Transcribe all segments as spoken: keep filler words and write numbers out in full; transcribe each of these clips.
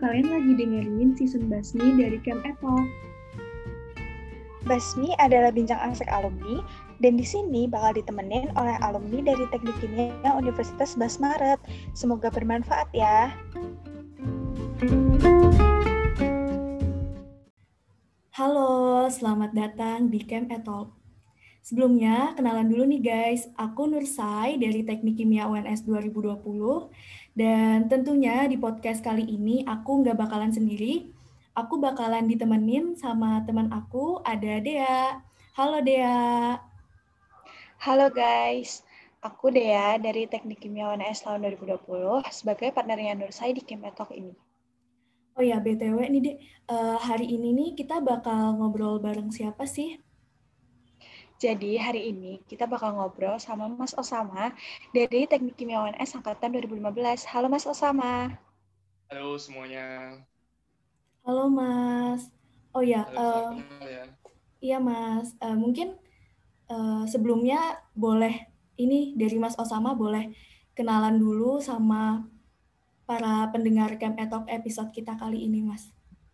kalian lagi dengerin season Basmi dari Camp Eto. Basmi adalah bincang asik alumni, dan di sini bakal ditemenin oleh alumni dari Teknik Kimia Universitas Bas Maret. Semoga bermanfaat ya. Halo, selamat datang di Camp Eto. Sebelumnya, kenalan dulu nih guys, aku Nursai dari Teknik Kimia U N S dua ribu dua puluh, dan tentunya di podcast kali ini aku nggak bakalan sendiri, aku bakalan ditemenin sama teman aku, ada Dea. Halo Dea. Halo guys, aku Dea dari Teknik Kimia U N S tahun dua ribu dua puluh sebagai partnernya Nursai di Camp Eto ini. Oh ya, B T W nih Dek, uh, hari ini nih kita bakal ngobrol bareng siapa sih? Jadi hari ini kita bakal ngobrol sama Mas Osama dari Teknik Kimia U N S Angkatan dua ribu lima belas. Halo Mas Osama. Halo semuanya. Halo Mas. Oh ya, Halo, uh, salam kenal ya. Iya Mas, uh, mungkin uh, sebelumnya boleh ini dari Mas Osama boleh kenalan dulu sama para pendengar Camp Etok episode kita kali ini Mas.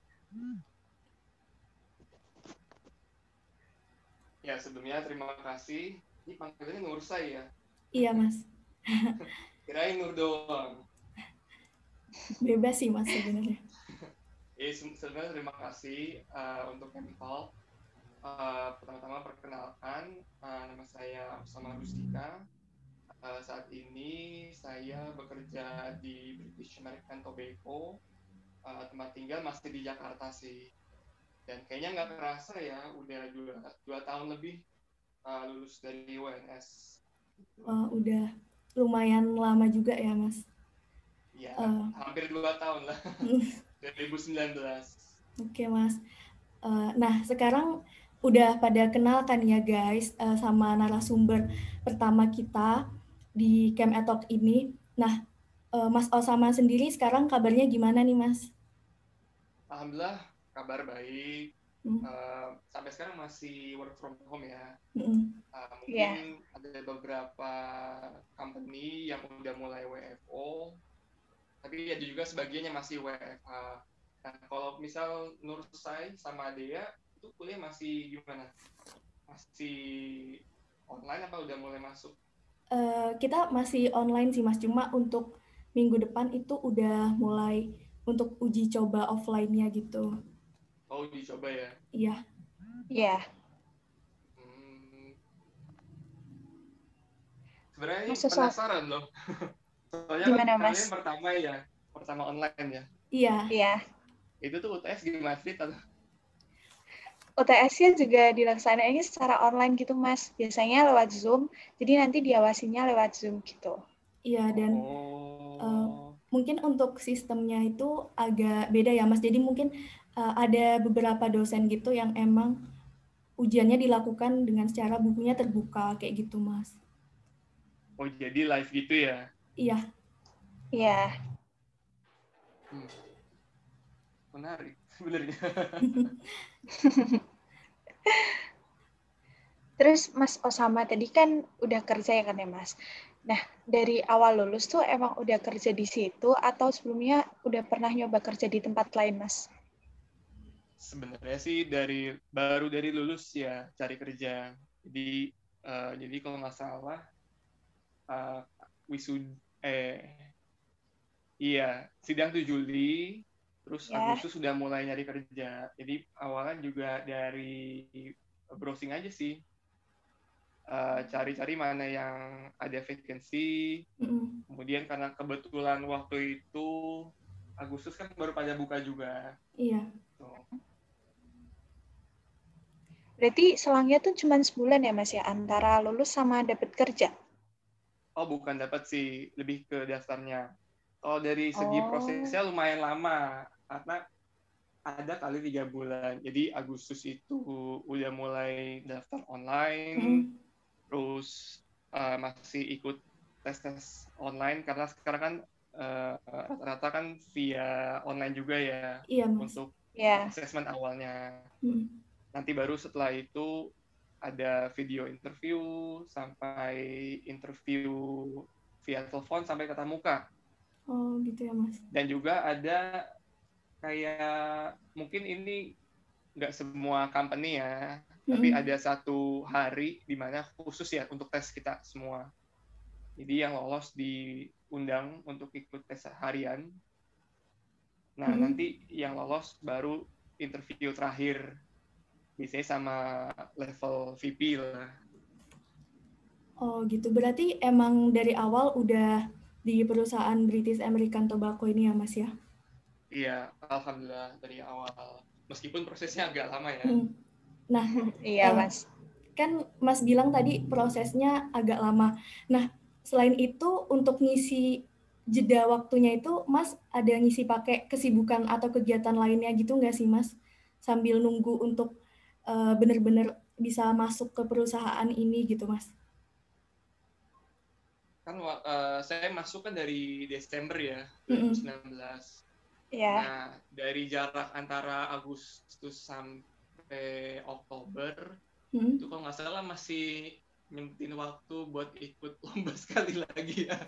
Ya sebelumnya terima kasih. Ini panggilannya Nursai ya? Iya Mas. Kirain Nur doang. Bebas sih Mas sebenarnya. Ya sebenarnya terima kasih uh, untuk Chemical. Uh, pertama-tama perkenalkan, uh, nama saya Osama Rustika. Uh, saat ini saya bekerja di British American Tobacco. Uh, tempat tinggal masih di Jakarta sih. Dan kayaknya nggak kerasa ya, udah dua, dua tahun lebih uh, lulus dari U N S. Uh, udah lumayan lama juga ya Mas. Ya, uh, hampir dua tahun lah, dua ribu sembilan belas. Oke Mas. Uh, nah sekarang udah pada kenal kan ya guys uh, sama narasumber pertama kita di Camp Etok ini. Nah, uh, Mas Osama sendiri sekarang kabarnya gimana nih Mas? Alhamdulillah kabar baik. Hmm. Uh, sampai sekarang masih work from home ya. Hmm. Uh, mungkin yeah. ada beberapa company yang udah mulai W F O, tapi ada juga sebagiannya masih W F H. Nah, kalau misal Nursai sama Dea itu kuliah masih gimana? Masih online apa udah mulai masuk? Uh, kita masih online sih Mas, cuma untuk minggu depan itu udah mulai untuk uji coba offline-nya gitu. Oh, uji coba ya? Iya. Iya. Hmm. Sebenarnya Mas penasaran so- loh. Soalnya gimana, kan Mas? kalian pertama ya, pertama online ya? Iya. Iya. Itu tuh U T S gimana sih? U T S-nya juga dilaksanainnya secara online gitu, Mas. Biasanya lewat Zoom, jadi nanti diawasinya lewat Zoom gitu. Iya, dan oh. uh, mungkin untuk sistemnya itu agak beda ya, Mas. Jadi mungkin uh, ada beberapa dosen gitu yang emang ujiannya dilakukan dengan secara bukunya terbuka, kayak gitu, Mas. Oh, jadi live gitu ya? Iya. Iya. Hmm. Menarik, sebenarnya. Terus Mas Osama tadi kan udah kerja ya kan ya Mas? Nah, dari awal lulus tuh emang udah kerja di situ atau sebelumnya udah pernah nyoba kerja di tempat lain, Mas? Sebenarnya sih dari baru dari lulus ya cari kerja. Jadi uh, jadi kalau nggak salah uh, wisud eh iya sidang tuh Juli, terus ya. Agustus sudah mulai nyari kerja. Jadi awalnya juga dari browsing aja sih. Uh, cari-cari mana yang ada vacancy. Mm-hmm. Kemudian karena kebetulan waktu itu Agustus kan baru pada buka juga. Iya. So. Berarti selangnya tuh cuma sebulan ya Mas ya, antara lulus sama dapat kerja? Oh bukan dapat sih, lebih ke daftarnya. Kalau dari segi oh. prosesnya lumayan lama, karena ada kali tiga bulan. Jadi Agustus itu udah mulai daftar online, mm. terus uh, masih ikut tes-tes online, karena sekarang kan uh, rata-rata kan via online juga ya, iya, Mas. untuk yeah. assessment awalnya. Mm. Nanti baru setelah itu ada video interview, sampai interview via telepon, sampai tatap muka. Oh, gitu ya, Mas. Dan juga ada kayak mungkin ini nggak semua company ya, Mm-mm. tapi ada satu hari di mana khusus ya untuk tes kita semua. Jadi yang lolos diundang untuk ikut tes harian. Nah, Mm-mm. nanti yang lolos baru interview terakhir. Biasanya sama level V P lah. Oh gitu, berarti emang dari awal udah di perusahaan British American Tobacco ini ya Mas ya? Iya, alhamdulillah dari awal. Meskipun prosesnya agak lama ya. Hmm. Nah, Iya, uh, Mas. kan Mas bilang tadi prosesnya agak lama. Nah, selain itu untuk ngisi jeda waktunya itu, Mas ada ngisi pakai kesibukan atau kegiatan lainnya gitu nggak sih, Mas? Sambil nunggu untuk uh, benar-benar bisa masuk ke perusahaan ini gitu, Mas? Kan uh, saya masuk kan dari Desember ya, dua ribu sembilan belas. Iya. Nah, dari jarak antara Agustus sampai Oktober, Hmm. itu kalau nggak salah masih nyempetin waktu buat ikut lomba sekali lagi ya.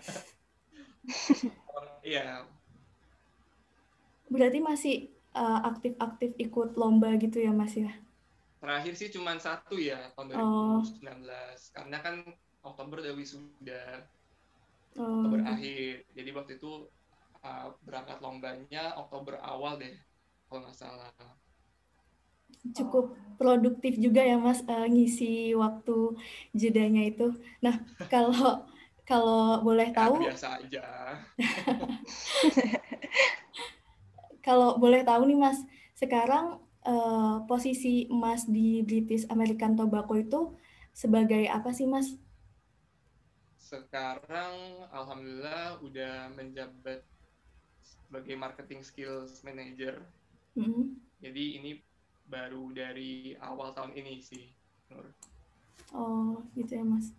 Iya. Berarti masih uh, aktif-aktif ikut lomba gitu ya, Mas ya? Terakhir sih cuma satu ya, tahun dua ribu sembilan belas. Oh. Karena kan Oktober udah wisuda. Oh, Oktober gitu. akhir. Jadi waktu itu uh, berangkat lombanya Oktober awal deh, kalau nggak salah. Cukup produktif juga ya Mas uh, ngisi waktu jedanya itu. Nah, kalau kalau boleh Ya, tahu, biasa aja. kalau boleh tahu nih Mas, sekarang uh, posisi Mas di British American Tobacco itu sebagai apa sih Mas? Sekarang alhamdulillah udah menjabat sebagai marketing skills manager. Mm-hmm. Jadi ini baru dari awal tahun ini sih, Nur. Oh, gitu ya Mas.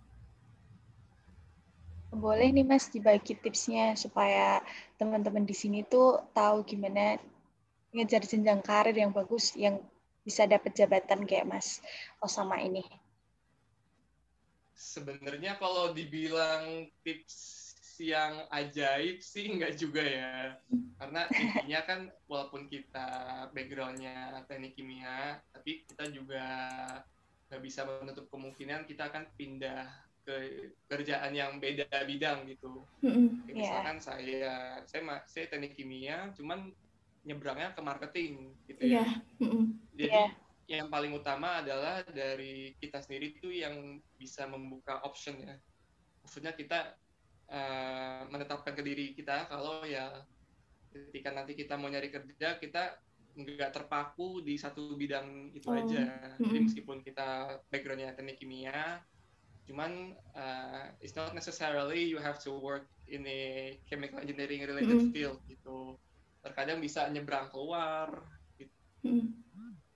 Boleh nih Mas dibagi tipsnya supaya teman-teman di sini tuh tahu gimana ngejar jenjang karir yang bagus yang bisa dapat jabatan kayak Mas Osama ini. Sebenarnya kalau dibilang tips yang ajaib sih nggak juga ya. Karena intinya kan walaupun kita background-nya teknik kimia, tapi kita juga nggak bisa menutup kemungkinan kita akan pindah ke kerjaan yang beda bidang gitu. Mm-hmm. Kayak misalkan yeah. saya, saya saya teknik kimia, cuman nyebrangnya ke marketing gitu ya. Yeah. Mm-hmm. Jadi yeah. yang paling utama adalah dari kita sendiri itu yang bisa membuka option ya. Maksudnya kita uh, menetapkan ke diri kita kalau ya ketika nanti kita mau nyari kerja, kita nggak terpaku di satu bidang itu oh. aja. Mm-hmm. Jadi meskipun kita background-nya teknik kimia, cuman uh, it's not necessarily you have to work in a chemical engineering related mm-hmm. field gitu. Terkadang bisa nyebrang keluar gitu. Mm-hmm.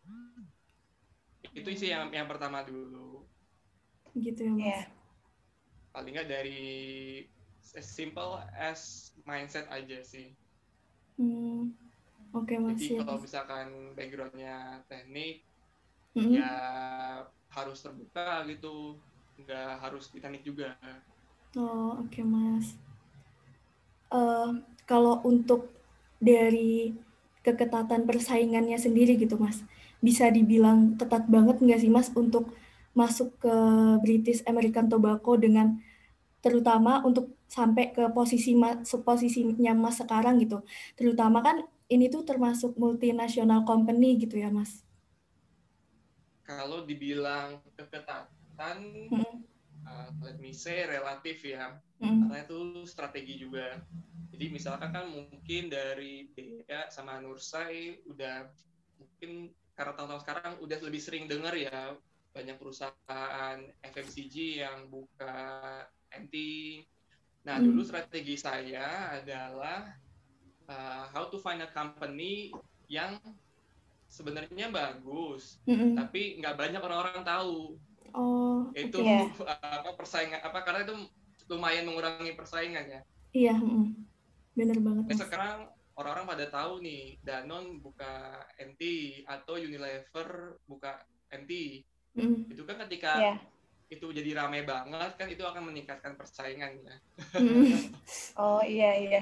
Itu sih yang yang pertama dulu. Gitu ya Mas. Yeah. Paling nggak dari as simple as mindset aja sih. Hmm. Oke okay, Mas. Jadi ya, kalau mas. misalkan backgroundnya teknik, mm-hmm. ya harus terbuka gitu, nggak harus di teknik juga. Oh oke okay, Mas. Uh, kalau untuk dari keketatan persaingannya sendiri gitu Mas, bisa dibilang ketat banget nggak sih Mas untuk masuk ke British American Tobacco dengan terutama untuk sampai ke posisi posisinya Mas sekarang gitu, terutama kan ini tuh termasuk multinational company gitu ya Mas. Kalau dibilang keketatan, hmm. uh, let me say relatif ya, hmm. karena itu strategi juga. Jadi misalkan kan mungkin dari Dea sama Nursai udah mungkin karena tahun-tahun sekarang udah lebih sering dengar ya banyak perusahaan F M C G yang buka M T. Nah hmm. dulu strategi saya adalah uh, how to find a company yang sebenarnya bagus, mm-hmm. tapi nggak banyak orang-orang tahu. Oh, itu okay. apa persaingan apa karena itu lumayan mengurangi persaingan ya. Iya, mm. benar banget. Nah, sekarang orang-orang pada tahu nih Danone buka M T atau Unilever buka M T. Mm. Itu kan ketika yeah. itu jadi ramai banget kan itu akan meningkatkan persaingan ya. Mm. Oh iya iya.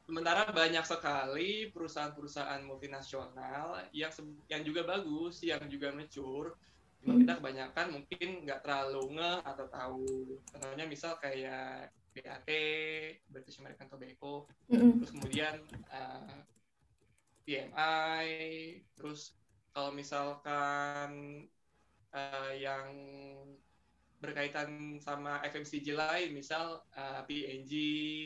sementara banyak sekali perusahaan-perusahaan multinasional yang yang juga bagus, yang juga mature. Cuma Mm. kita kebanyakan mungkin nggak terlalu nge atau tahu. Contohnya misal kayak B A T, British American Tobacco, Mm-mm. terus kemudian uh, P M I, terus kalau misalkan uh, yang berkaitan sama F M C G lain, misal uh, P N G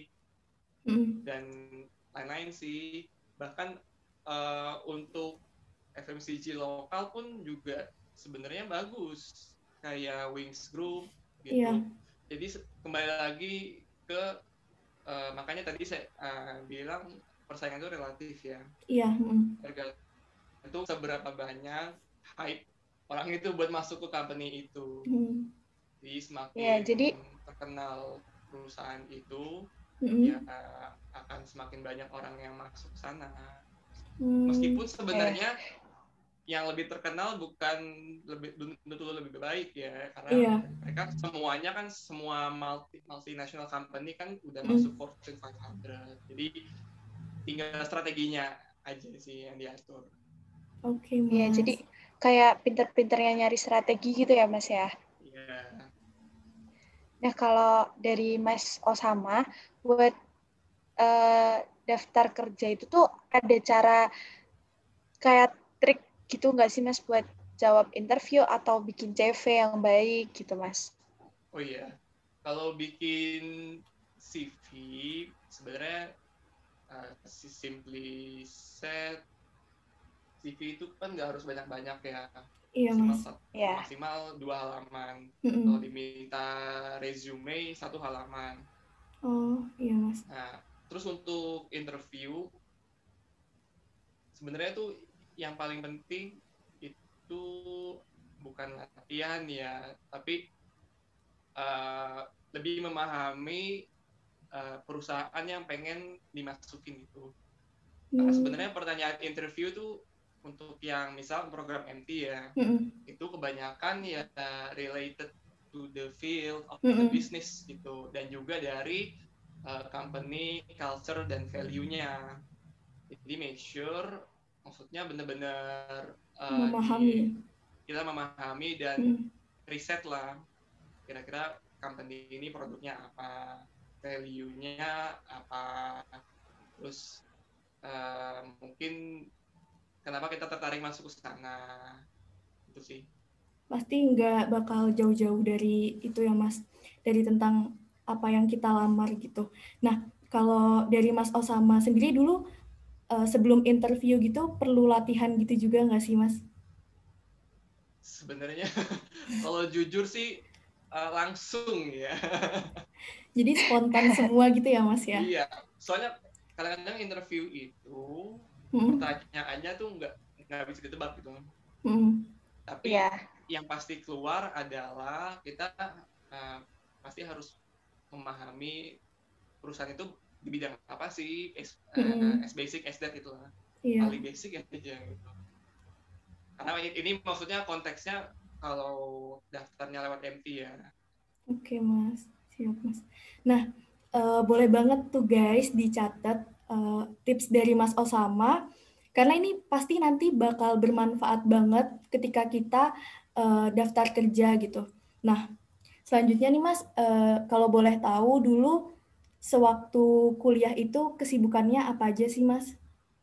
Mm. dan lain-lain sih. Bahkan uh, untuk F M C G lokal pun juga sebenarnya bagus, kayak Wings Group gitu. Iya. Jadi kembali lagi ke uh, makanya tadi saya uh, bilang persaingan itu relatif ya. Iya. Mm. Tergantung seberapa banyak hype orang itu buat masuk ke company itu. Mm. Jadi semakin Ya, jadi terkenal perusahaan itu, Mm. ya akan semakin banyak orang yang masuk ke sana. Mm. Meskipun sebenarnya eh. yang lebih terkenal bukan lebih tentu lebih baik ya, karena Iya. mereka semuanya kan semua multi multinational company kan udah Mm. masuk Fortune lima ratus. Jadi tinggal strateginya aja sih yang diatur. Oke, Mas. Ya, jadi kayak pinter-pinternya nyari strategi gitu ya, Mas ya? Iya. Nah, kalau dari Mas Osama, buat uh, daftar kerja itu tuh ada cara kayak trik gitu nggak sih, Mas, buat jawab interview atau bikin C V yang baik gitu, Mas? Oh iya, kalau bikin C V sebenarnya uh, simply said, C V itu kan nggak harus banyak-banyak ya. Iya, maksimal Mas. satu, yeah. maksimal dua halaman. Mm-mm. Kalau diminta resume satu halaman. Oh iya, Mas. Nah, terus untuk interview sebenarnya tuh yang paling penting itu bukan latihan ya, tapi uh, lebih memahami uh, perusahaan yang pengen dimasukin itu. Karena sebenarnya pertanyaan interview tuh untuk yang misal program M T ya, mm-hmm. itu kebanyakan ya related to the field of mm-hmm. the business gitu, dan juga dari uh, company culture dan value-nya. Jadi make sure, maksudnya benar-benar uh, memahami, di, kita memahami dan mm. riset lah, kira-kira company ini produknya apa, value-nya apa, terus uh, mungkin kenapa kita tertarik masuk ke sana, itu sih. Pasti nggak bakal jauh-jauh dari itu ya, Mas, dari tentang apa yang kita lamar gitu. Nah, kalau dari Mas Osama sendiri dulu uh, sebelum interview gitu perlu latihan gitu juga nggak sih, Mas? Sebenarnya kalau jujur sih uh, langsung ya. Jadi spontan semua gitu ya, Mas ya? Iya, soalnya kadang-kadang interview itu hmm. pertanyaannya tuh nggak nggak bisa ditebak gitu. Hmm. Tapi yeah. yang pasti keluar adalah kita uh, pasti harus memahami perusahaan itu di bidang apa sih, as, uh, hmm. as basic as that itu lah. Yeah. Paling basic aja gitu. Karena ini maksudnya konteksnya kalau daftarnya lewat M T ya. Oke, Mas. Siap, Mas. Nah, uh, boleh banget tuh guys dicatat uh, tips dari Mas Osama, karena ini pasti nanti bakal bermanfaat banget ketika kita uh, daftar kerja gitu. Nah, selanjutnya nih Mas, uh, kalau boleh tahu dulu sewaktu kuliah itu kesibukannya apa aja sih, Mas?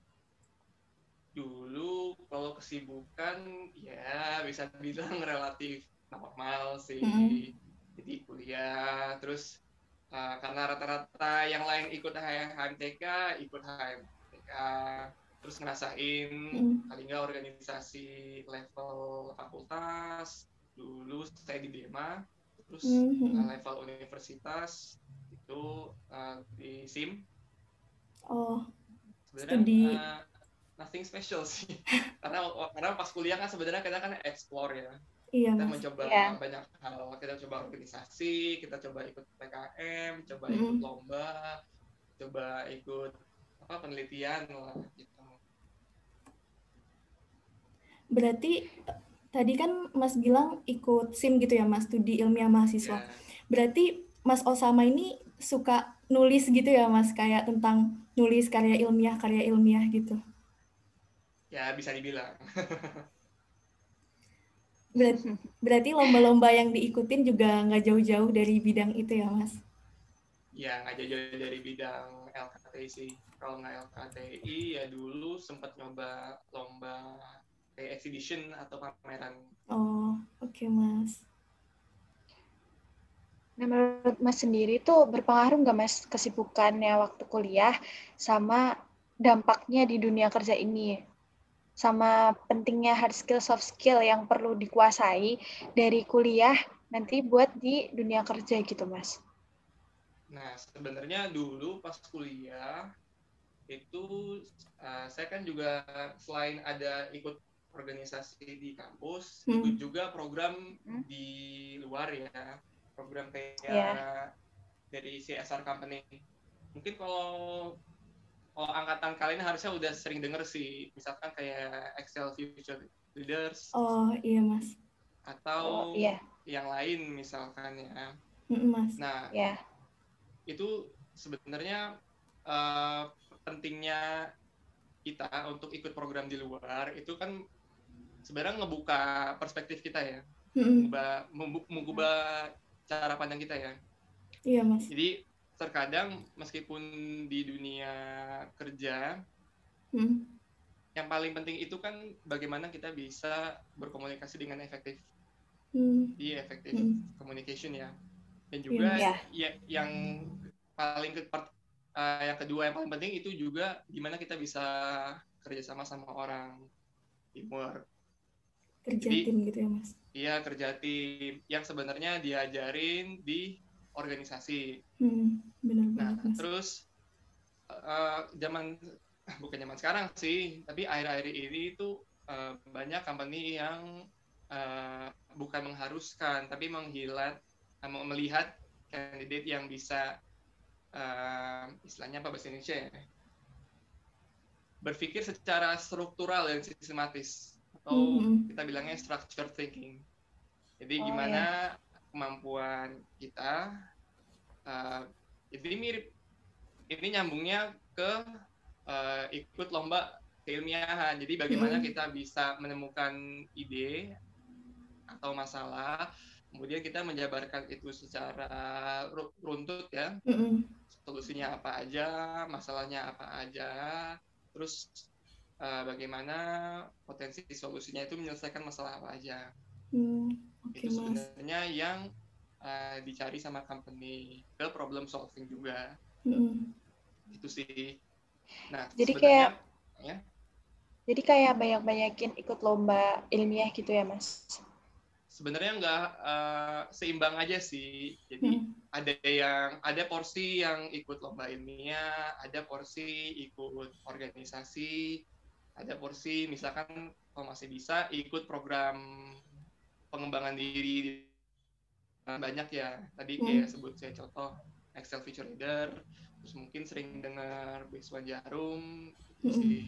Dulu kalau kesibukan ya bisa bilang relatif normal sih. Mm-hmm. Jadi kuliah, terus uh, karena rata-rata yang lain ikut H M T K, ikut H M T K, terus ngerasain mm-hmm. paling nggak organisasi level fakultas. Dulu saya di D E M A, terus mm-hmm. level universitas itu uh, di S I M. Oh, sebenarnya uh, nothing special sih, karena karena pas kuliah kan sebenarnya kita kan explore ya. Iya, kita Mas. mencoba yeah. banyak hal, kita coba organisasi, kita coba ikut P K M, coba mm-hmm. ikut lomba, coba ikut apa penelitian lah gitu. Berarti tadi kan Mas bilang ikut S I M gitu ya, Mas, studi ilmiah mahasiswa. Yeah. Berarti Mas Osama ini suka nulis gitu ya Mas, kayak tentang nulis karya ilmiah, karya ilmiah gitu. Ya, bisa dibilang. Berat, berarti lomba-lomba yang diikutin juga nggak jauh-jauh dari bidang itu ya Mas? Ya, nggak jauh-jauh dari bidang L K T I sih. Kalau nggak L K T I, ya dulu sempat nyoba lomba kayak exhibition atau pameran. Oh, oke okay, Mas. Nah, menurut Mas sendiri tuh berpengaruh nggak Mas kesibukannya waktu kuliah sama dampaknya di dunia kerja ini? Sama pentingnya hard skill, soft skill yang perlu dikuasai dari kuliah nanti buat di dunia kerja gitu, Mas. Nah, sebenarnya dulu pas kuliah, itu uh, saya kan juga selain ada ikut organisasi di kampus, hmm. ikut juga program hmm. di luar ya. Program kayak yeah. dari C S R company. Mungkin kalau kalau angkatan kalian harusnya udah sering denger sih, misalkan kayak Excel Future Leaders. Oh iya Mas. Atau oh, yeah. yang lain misalkan ya. Mm-mm, Mas. Nah yeah. itu sebenarnya uh, pentingnya kita untuk ikut program di luar itu kan sebenarnya ngebuka perspektif kita ya, mm-hmm. mengubah, mengubah cara pandang kita ya. Iya Mas. Jadi terkadang meskipun di dunia kerja, mm. yang paling penting itu kan bagaimana kita bisa berkomunikasi dengan efektif, mm. di effective mm. communication ya. Dan juga yeah. ya, yang paling ke, uh, yang kedua yang paling penting itu juga gimana kita bisa kerjasama sama orang, teamwork. Kerja Jadi, tim gitu ya Mas? Iya, kerja tim yang sebenarnya diajarin di organisasi. Hmm, benar nah, banget Mas. Terus uh, zaman bukan zaman sekarang sih, tapi akhir-akhir ini itu uh, banyak company yang uh, bukan mengharuskan, tapi menghilat, uh, melihat kandidat yang bisa uh, istilahnya apa bahasa Indonesia ya? Berpikir secara struktural dan sistematis, atau mm-hmm. kita bilangnya structure thinking. Jadi oh, gimana ya. kemampuan kita, uh, ini mirip, ini nyambungnya ke uh, ikut lomba keilmiahan. Jadi bagaimana mm-hmm. kita bisa menemukan ide atau masalah, kemudian kita menjabarkan itu secara runtut ya, mm-hmm. solusinya apa aja, masalahnya apa aja, terus uh, bagaimana potensi solusinya itu menyelesaikan masalah apa aja. Hmm, okay, itu sebenarnya Mas. yang uh, dicari sama company, ke problem solving juga. Hmm. Itu sih. Nah, jadi kayak ya? Jadi kayak banyak-banyakin ikut lomba ilmiah gitu ya, Mas? Sebenarnya nggak uh, seimbang aja sih. Jadi hmm. ada yang ada porsi yang ikut lomba ilmiah, ada porsi ikut organisasi, ada porsi misalkan kalau masih bisa ikut program pengembangan diri. Banyak ya. Tadi kayak hmm. sebut saya contoh Excel Future Leader, terus mungkin sering dengar Beasiswa Jarum, itu hmm. sih.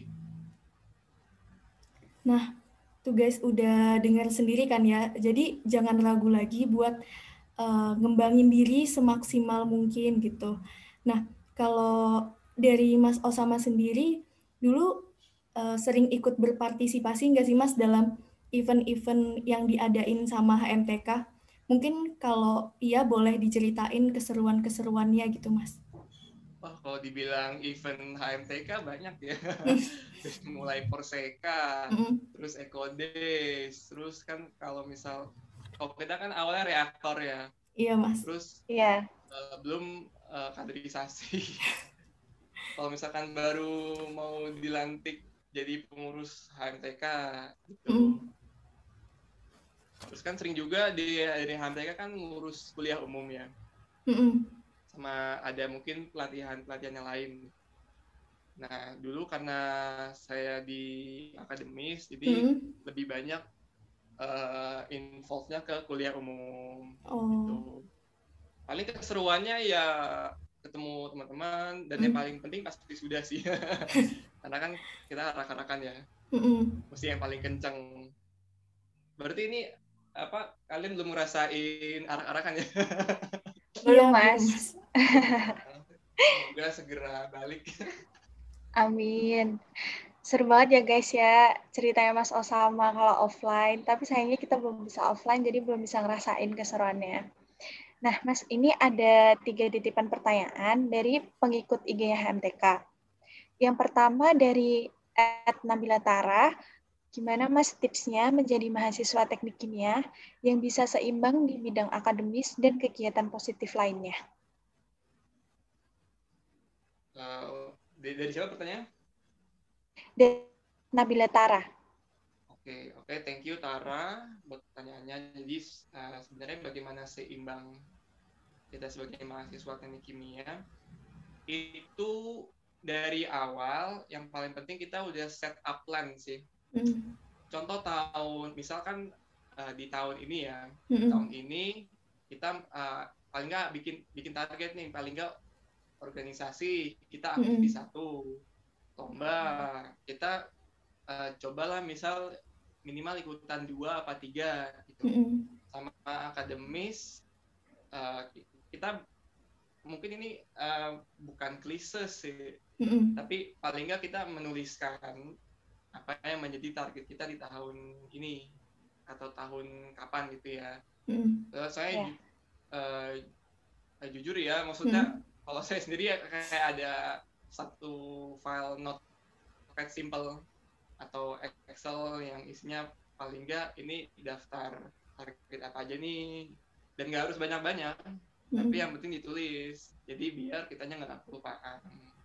Nah, tuh guys udah dengar sendiri kan ya, jadi jangan ragu lagi buat uh, ngembangin diri semaksimal mungkin gitu. Nah, kalau dari Mas Osama sendiri, dulu uh, sering ikut berpartisipasi nggak sih Mas dalam event-event yang diadain sama H M T K? Mungkin kalau iya boleh diceritain keseruan-keseruannya gitu Mas. Oh, kalau dibilang event H M T K banyak ya. Mulai Forseka, mm-hmm. terus Ekodes, terus kan kalau misal, kalau kita kan awalnya reaktor ya. Iya Mas. Terus yeah. uh, belum uh, kaderisasi. Kalau misalkan baru mau dilantik jadi pengurus H M T K gitu. Mm. Terus kan sering juga di dari H M T K kan ngurus kuliah umum ya. Mm-hmm. Sama ada mungkin pelatihan-pelatihan yang lain. Nah, dulu karena saya di akademis, jadi mm-hmm. lebih banyak uh, involve-nya ke kuliah umum. Oh. Gitu. Paling keseruannya ya ketemu teman-teman, dan mm. yang paling penting pasti sudah sih. Karena kan kita arak-arakan ya. Mm-hmm. Mesti yang paling kenceng. Berarti ini apa, kalian belum ngerasain arak-arakan ya? Belum Mas. Semoga segera balik. Amin. Seru banget ya guys ya ceritanya Mas Osama kalau offline. Tapi sayangnya kita belum bisa offline, jadi belum bisa ngerasain keseruannya. Nah, Mas, ini ada tiga titipan pertanyaan dari pengikut I G-nya H M T K. Yang pertama dari at Nabila Tara, gimana Mas tipsnya menjadi mahasiswa teknik kimia yang bisa seimbang di bidang akademis dan kegiatan positif lainnya? Uh, dari, dari siapa pertanyaan? Dari Nabila Tara. Oke, oke, thank you Tara buat pertanyaannya. Jadi uh, sebenarnya bagaimana seimbang kita sebagai mahasiswa teknik kimia itu dari awal yang paling penting kita udah set up plan sih. Mm. Contoh tahun, misalkan uh, di tahun ini ya, Mm-mm. tahun ini kita uh, paling nggak bikin bikin target nih, paling nggak organisasi kita aktif Mm-mm. di satu lomba, kita uh, cobalah misal minimal ikutan dua apa tiga gitu. Mm-mm. Sama akademis uh, kita mungkin ini uh, bukan klise sih, Mm-mm. tapi paling nggak kita menuliskan apa yang menjadi target kita di tahun ini atau tahun kapan gitu ya. Mm-mm. Uh, saya Yeah. ju uh, jujur ya, maksudnya mm-hmm. kalau saya sendiri ya, kayak ada satu file notepad simple atau Excel yang isinya paling nggak ini daftar target apa aja nih, dan nggak harus banyak-banyak, mm-hmm. tapi yang penting ditulis, jadi biar kitanya nggak kelupaan.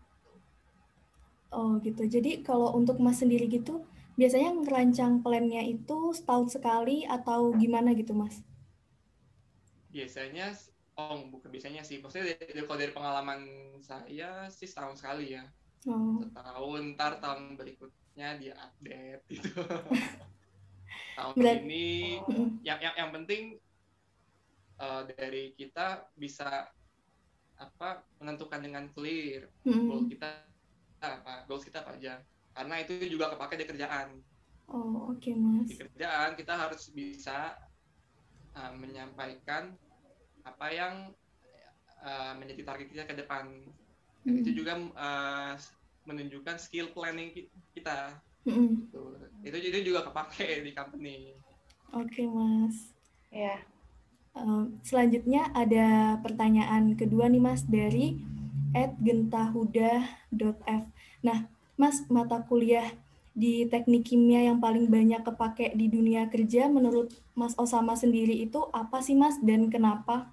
Oh gitu, jadi kalau untuk Mas sendiri gitu, biasanya ngerancang plan-nya itu setahun sekali atau gimana gitu Mas? Biasanya, oh bukan biasanya sih, maksudnya dari, kalau dari pengalaman saya sih setahun sekali ya. Oh. Setahun, ntar tahun berikutnya dia update gitu. Tahun Berat. ini oh. yang, yang yang penting uh, dari kita bisa apa menentukan dengan clear hmm. goal kita apa, goals kita apa aja, karena itu juga kepake di kerjaan. Oh oke okay, Mas. Di kerjaan kita harus bisa uh, menyampaikan apa yang uh, menjadi target kita ke depan. Dan hmm. itu juga uh, menunjukkan skill planning kita. Hmm. Gitu. Itu jadi juga kepake di company. Oke okay, Mas. Ya. Yeah. Uh, selanjutnya ada pertanyaan kedua nih Mas dari at gentahuda dot f. Nah, Mas, mata kuliah di teknik kimia yang paling banyak kepake di dunia kerja menurut Mas Osama sendiri itu apa sih Mas dan kenapa?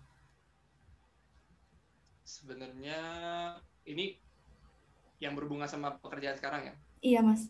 Sebenarnya ini yang berhubungan sama pekerjaan sekarang ya? Iya Mas.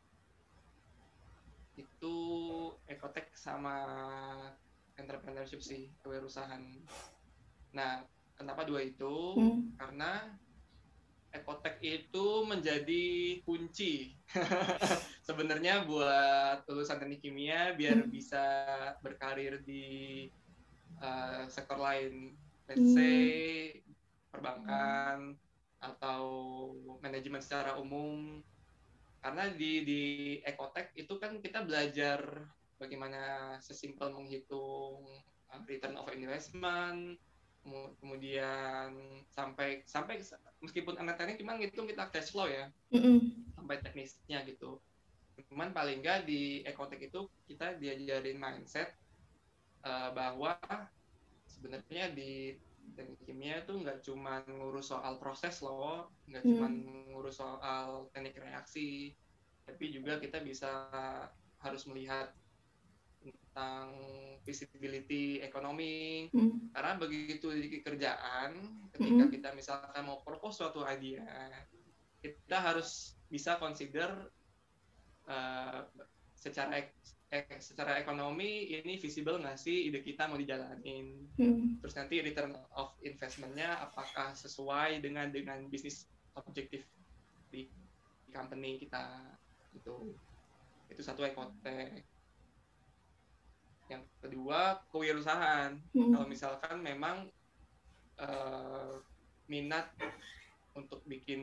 Itu ekotek sama entrepreneurship sih, kewirausahaan. Nah, kenapa dua itu? Hmm. Karena ekotek itu menjadi kunci sebenarnya buat lulusan teknik kimia biar hmm. bisa berkarir di uh, sektor lain, let's say perbankan atau manajemen secara umum. Karena di di ekotek itu kan kita belajar bagaimana sesimpel menghitung return of investment, kemudian sampai sampai meskipun anak teknik cuma ngitung kita cash flow ya, mm-hmm. sampai teknisnya gitu. Cuman paling nggak di ekotek itu kita diajarin mindset uh, bahwa sebenarnya di teknik kimia itu nggak cuma ngurus soal proses loh, nggak mm. cuma ngurus soal teknik reaksi, tapi juga kita bisa harus melihat tentang visibility ekonomi, hmm. karena begitu di kerjaan, ketika hmm. kita misalkan mau propose suatu idea, kita harus bisa consider uh, secara ek, secara ekonomi ini visible nggak sih ide kita mau dijalanin, hmm. terus nanti return of investment-nya apakah sesuai dengan dengan bisnis objektif di company kita, itu itu satu ekotek. Yang kedua, kewirausahaan. Hmm. Kalau misalkan memang uh, minat untuk bikin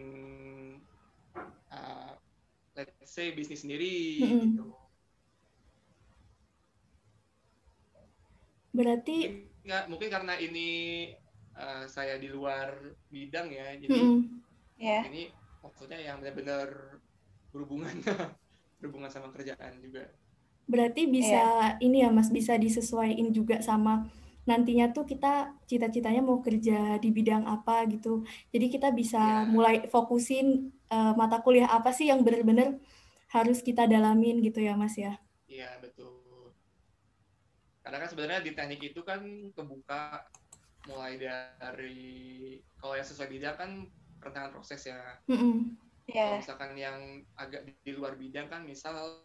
uh, let's say bisnis sendiri hmm. gitu. Berarti mungkin, nggak, mungkin karena ini uh, saya di luar bidang ya, jadi Mm-mm. Ya. ini maksudnya yang benar-benar berhubungan berhubungan sama kerjaan juga. Berarti bisa ini ya Mas, bisa disesuaiin juga sama nantinya tuh kita cita-citanya mau kerja di bidang apa gitu. Jadi kita bisa Ya, mulai fokusin uh, mata kuliah apa sih yang benar-benar harus kita dalamin gitu ya Mas ya. iya betul. Karena kan sebenarnya di teknik itu kan kebuka mulai dari kalau yang sesuai bidang kan perencanaan proses ya. Mm-mm. Kalau Ya. misalkan yang agak di luar bidang kan misal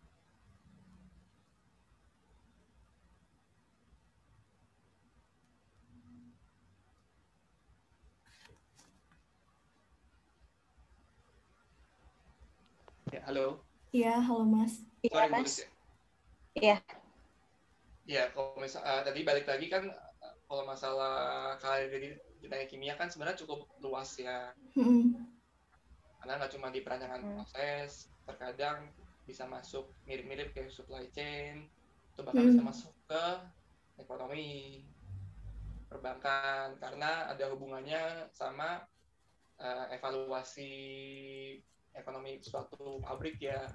ya halo. Iya, halo Mas. Iya, Sorry Mas. putus ya. Iya. Ya kalau misal uh, tadi balik lagi kan uh, kalau masalah karir di teknik kimia kan sebenarnya cukup luas ya. Mm-mm. Karena nggak cuma di perancangan Hmm. proses, terkadang bisa masuk mirip-mirip kayak supply chain, atau bahkan bisa Mm-mm. masuk ke ekonomi, perbankan, karena ada hubungannya sama uh, evaluasi ekonomi suatu pabrik ya.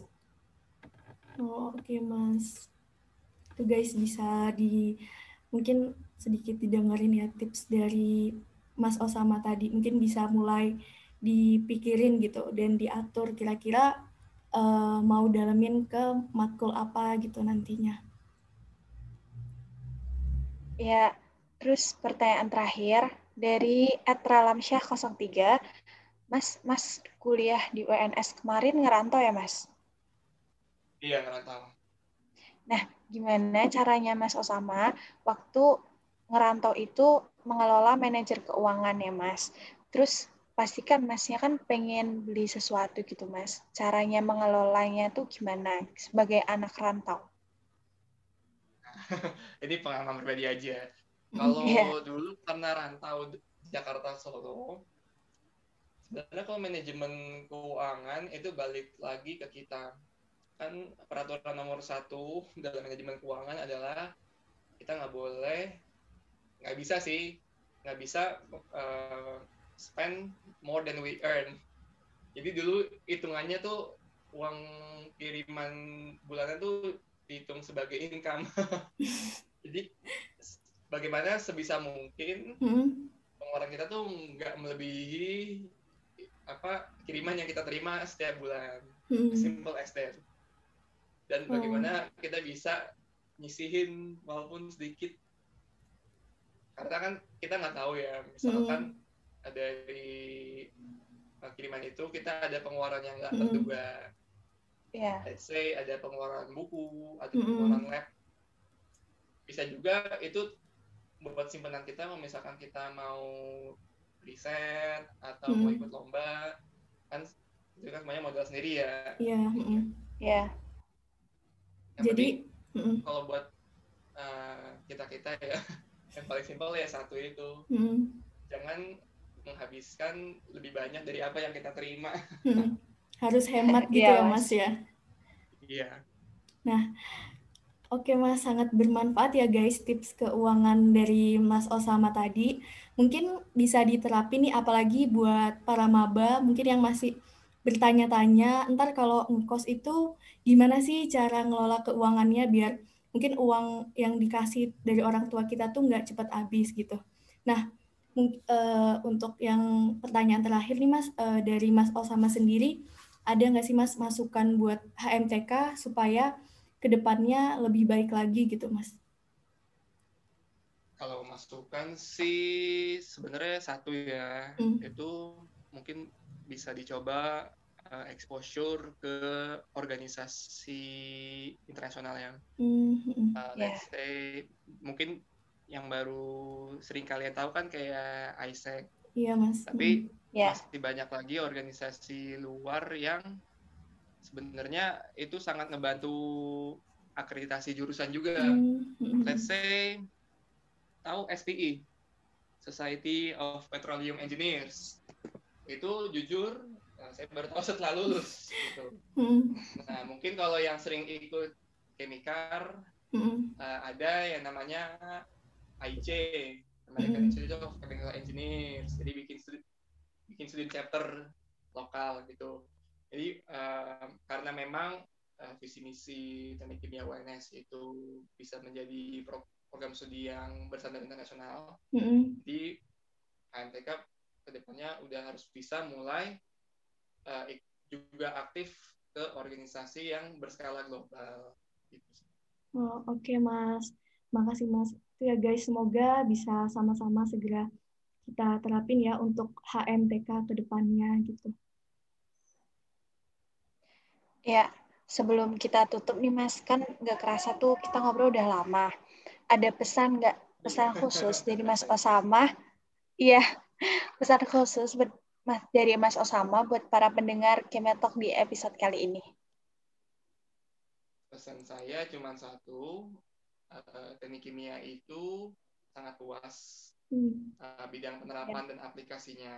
Oh, oke Mas. Tuh guys bisa di mungkin sedikit didengerin ya tips dari Mas Osama tadi. Mungkin bisa mulai dipikirin gitu dan diatur kira-kira uh, mau dalemin ke matkul apa gitu nantinya. Ya. Terus pertanyaan terakhir dari Etralamsyah nol tiga. Mas, Mas kuliah di U N S kemarin ngerantau ya, Mas? Iya, ngerantau. Nah, gimana caranya Mas Osama waktu ngerantau itu mengelola manajer keuangan ya, Mas? Terus pastikan Masnya kan pengen beli sesuatu gitu, Mas. Caranya mengelolanya tuh gimana sebagai anak rantau? Ini pengalaman pribadi aja. Iya. Kalau dulu karena rantau Jakarta Solo, sebenarnya kalau manajemen keuangan itu balik lagi ke kita. Kan peraturan nomor satu dalam manajemen keuangan adalah kita nggak boleh, nggak bisa sih, nggak bisa uh, spend more than we earn. Jadi dulu hitungannya tuh uang kiriman bulanan tuh dihitung sebagai income. Jadi bagaimana sebisa mungkin Hmm. pengeluaran kita tuh nggak melebihi apa kiriman yang kita terima setiap bulan. Hmm. Simple as that. Dan Oh. bagaimana kita bisa nyisihin walaupun sedikit, karena kan kita nggak tahu ya, misalkan Hmm. dari kiriman itu kita ada pengeluaran yang nggak Hmm. terduga. Yeah. Let's say ada pengeluaran buku atau Hmm. pengeluaran lab, bisa juga itu buat simpanan kita, misalkan kita mau riset atau mau Hmm. ikut lomba, kan itu kan semuanya modal sendiri ya. Iya. Hmm. Iya. Yang Jadi, penting hmm. kalau buat uh, kita-kita ya, yang paling simpel ya satu itu, Hmm. jangan menghabiskan lebih banyak dari apa yang kita terima. Hmm. Harus hemat gitu Iya, ya Mas. Mas ya. Iya. Nah, oke Mas, sangat bermanfaat ya guys tips keuangan dari Mas Osama tadi. Mungkin bisa diterapin nih apalagi buat para maba mungkin yang masih bertanya-tanya, ntar kalau ngekos itu gimana sih cara ngelola keuangannya biar mungkin uang yang dikasih dari orang tua kita tuh nggak cepat habis gitu. Nah, mung- eh, untuk yang pertanyaan terakhir nih Mas, eh, dari Mas Osama sendiri, ada nggak sih Mas masukan buat H M T K supaya kedepannya lebih baik lagi gitu, Mas? Kalau masukan sih sebenarnya satu ya, Hmm. itu mungkin bisa dicoba uh, exposure ke organisasi internasional yang Hmm. uh, Yeah. let's say mungkin yang baru sering kalian tahu kan kayak I S E C. Iya, Mas. Tapi Hmm. Yeah. masih banyak lagi organisasi luar yang sebenarnya itu sangat ngebantu akreditasi jurusan juga. Hmm. Let's say tahu S P I, Society of Petroleum Engineers. Itu jujur saya baru tahu setelah lulus gitu. Hmm. Nah, mungkin kalau yang sering ikut Chemicar, Hmm. uh, ada yang namanya I C, American Mm. Institute of Chemical Engineers. Jadi bikin studi, bikin studi chapter lokal gitu. Jadi uh, karena memang uh, visi misi Teknik Kimia U N S itu bisa menjadi pro, program studi yang berstandar internasional. Mm. Jadi H M T K kedepannya udah harus bisa mulai uh, juga aktif ke organisasi yang berskala global. Gitu. Oh, oke okay, Mas. Makasih Mas. Itu ya guys, semoga bisa sama-sama segera kita terapin ya untuk H M T K ke depannya gitu. Ya, sebelum kita tutup nih Mas, kan nggak kerasa tuh kita ngobrol udah lama. Ada pesan nggak? Pesan khusus dari Mas Osama? Iya, pesan khusus buat Mas, dari Mas Osama buat para pendengar Kemetalk di episode kali ini. Pesan saya cuma satu, uh, teknik kimia itu sangat luas, hmm. uh, bidang penerapan ya. Dan aplikasinya.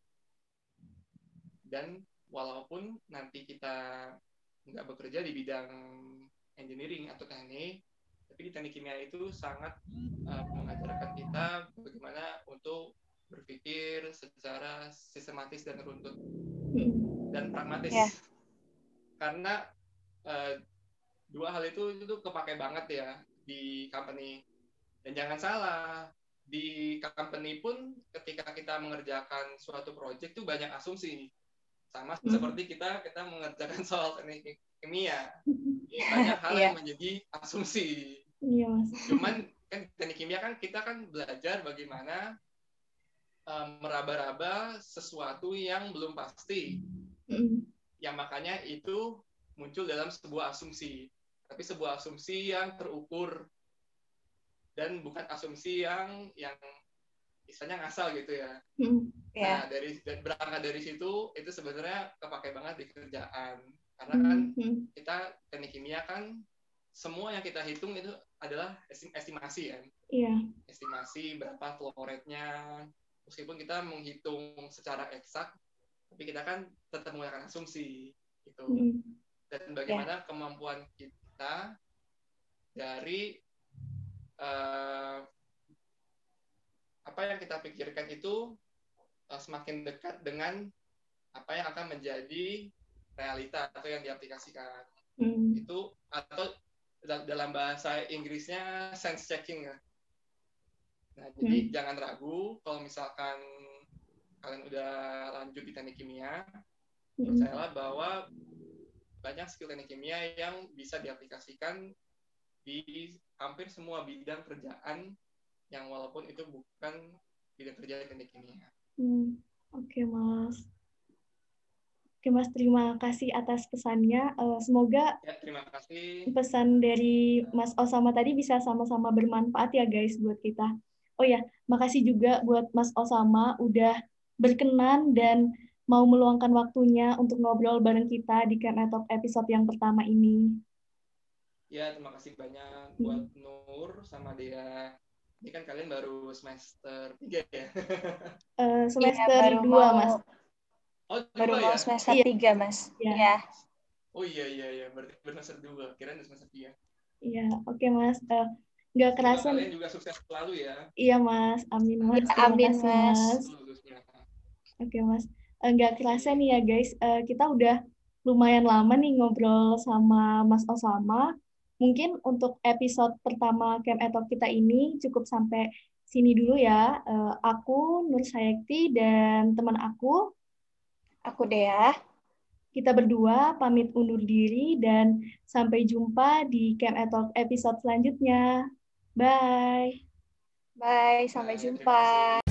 Dan walaupun nanti kita nggak bekerja di bidang engineering atau teknik, tapi di teknik kimia itu sangat uh, mengajarkan kita bagaimana untuk berpikir secara sistematis dan runtut dan pragmatis. Yeah. Karena uh, dua hal itu itu kepake banget ya di company. Dan jangan salah, di company pun ketika kita mengerjakan suatu project itu banyak asumsi. Sama hmm. seperti kita kita mengerjakan soal teknik kimia, banyak hal yang menjadi asumsi. Iya. Cuman kan teknik kimia kan kita kan belajar bagaimana um, meraba-raba sesuatu yang belum pasti. Hmm. Yang makanya itu muncul dalam sebuah asumsi, tapi sebuah asumsi yang terukur dan bukan asumsi yang yang istilahnya ngasal gitu ya. Hmm. Nah, dari berangkat dari situ itu sebenarnya kepake banget di kerjaan. Karena kan hmm. kita teknik kimia kan semua yang kita hitung itu adalah estimasi kan. Iya. Estimasi berapa flow rate-nya. Meskipun kita menghitung secara eksak, tapi kita kan tetap menggunakan asumsi gitu. Hmm. Dan bagaimana yeah. kemampuan kita dari uh, apa yang kita pikirkan itu uh, semakin dekat dengan apa yang akan menjadi realita atau yang diaplikasikan. Hmm. Itu atau dalam bahasa Inggrisnya sense checking ya. Nah, hmm. jadi jangan ragu kalau misalkan kalian udah lanjut di teknik kimia, hmm. percayalah bahwa banyak skill teknik kimia yang bisa diaplikasikan di hampir semua bidang kerjaan yang walaupun itu bukan bidang kerja teknik kimia. Hmm, Oke okay, Mas. Oke okay, Mas, terima kasih atas pesannya. Uh, semoga ya, terima kasih. Pesan dari Mas Osama tadi bisa sama-sama bermanfaat ya guys buat kita. Oh ya, makasih juga buat Mas Osama udah berkenan dan mau meluangkan waktunya untuk ngobrol bareng kita di Kemetalk episode yang pertama ini. Ya, terima kasih banyak buat hmm. Nur sama Dea. Ini kan kalian baru semester tiga ya? Uh, semester iya, dua, mau, Mas. Oh, baru dua mau ya? semester iya. tiga, Mas. Iya. Ya. Oh iya, iya, iya. Berarti semester dua. Kirain semester tiga. Iya, oke okay, Mas. Uh, nggak kerasa. Kalian juga sukses selalu ya. Iya, Mas. Amin, Mas. Ya, amin, kasih, Mas. Oke, okay, Mas. Uh, nggak kerasa nih ya, guys. Uh, kita udah lumayan lama nih ngobrol sama Mas Osama. Mungkin untuk episode pertama Kemetalk kita ini cukup sampai sini dulu ya. Uh, aku Nur Sayekti dan teman aku, aku Dea. Kita berdua pamit undur diri dan sampai jumpa di Kemetalk episode selanjutnya. Bye. Bye, sampai jumpa.